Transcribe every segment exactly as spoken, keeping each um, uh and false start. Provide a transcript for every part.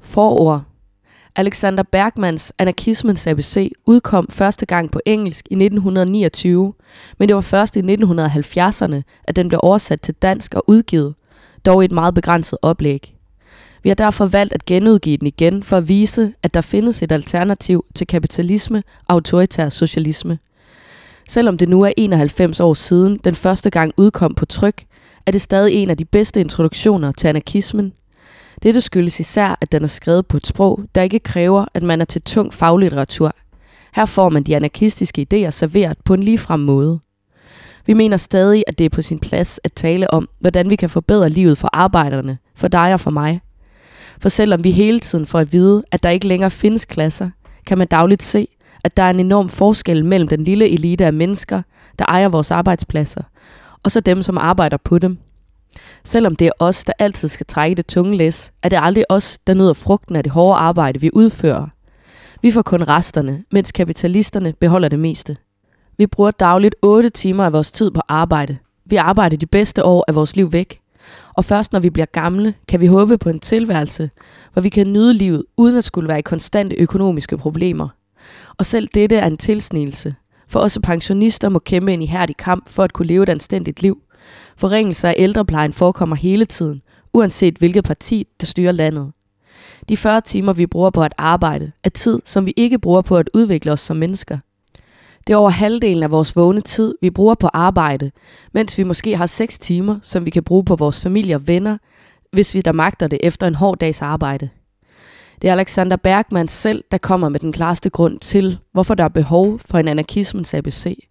Forord. Alexander Berkmans Anarkismens A B C udkom første gang på engelsk i nitten niogtyve, men det var først i nitten halvfjerdserne, at den blev oversat til dansk og udgivet, dog i et meget begrænset oplæg. Vi har derfor valgt at genudgive den igen for at vise, at der findes et alternativ til kapitalisme og autoritær socialisme. Selvom det nu er enoghalvfems år siden den første gang udkom på tryk, er det stadig en af de bedste introduktioner til anarkismen. Dette skyldes især, at den er skrevet på et sprog, der ikke kræver, at man er til tung faglitteratur. Her får man de anarkistiske idéer serveret på en ligefrem måde. Vi mener stadig, at det er på sin plads at tale om, hvordan vi kan forbedre livet for arbejderne, for dig og for mig. For selvom vi hele tiden får at vide, at der ikke længere findes klasser, kan man dagligt se, at der er en enorm forskel mellem den lille elite af mennesker, der ejer vores arbejdspladser, og så dem, som arbejder på dem. Selvom det er os, der altid skal trække det tunge læs, er det aldrig os, der nyder frugten af det hårde arbejde, vi udfører. Vi får kun resterne, mens kapitalisterne beholder det meste. Vi bruger dagligt otte timer af vores tid på arbejde. Vi arbejder de bedste år af vores liv væk. Og først når vi bliver gamle, kan vi håbe på en tilværelse, hvor vi kan nyde livet, uden at skulle være i konstante økonomiske problemer. Og selv dette er en tilsnigelse, for også pensionister må kæmpe en ihærdig kamp for at kunne leve et anstændigt liv. Forringelser af ældreplejen forekommer hele tiden, uanset hvilket parti, der styrer landet. De fyrre timer, vi bruger på at arbejde, er tid, som vi ikke bruger på at udvikle os som mennesker. Det er over halvdelen af vores vågne tid, vi bruger på arbejde, mens vi måske har seks timer, som vi kan bruge på vores familie og venner, hvis vi der magter det efter en hård dags arbejde. Det er Alexander Berkman selv, der kommer med den klareste grund til, hvorfor der er behov for en anarkismens A B C.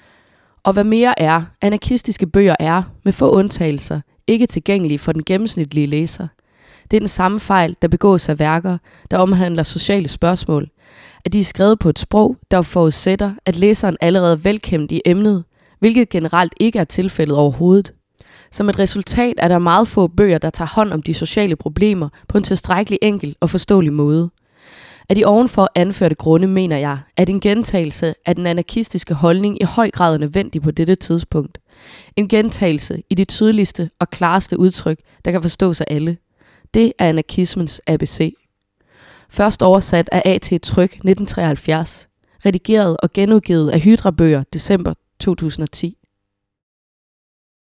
Og hvad mere er, anarkistiske bøger er, med få undtagelser, ikke tilgængelige for den gennemsnitlige læser. Det er den samme fejl, der begås af værker, der omhandler sociale spørgsmål, at de er skrevet på et sprog, der forudsætter, at læseren allerede er velkendt i emnet, hvilket generelt ikke er tilfældet overhovedet. Som et resultat er der meget få bøger, der tager hånd om de sociale problemer på en tilstrækkelig enkel og forståelig måde. Af de ovenfor anførte grunde mener jeg, at en gentagelse af den anarkistiske holdning i høj grad er nødvendig på dette tidspunkt. En gentagelse i de tydeligste og klareste udtryk, der kan forstås af alle. Det er anarkismens A B C. Først oversat af A T Tryk nitten treoghalvfjerds. Redigeret og genudgivet af Hydra Bøger december to tusind og ti.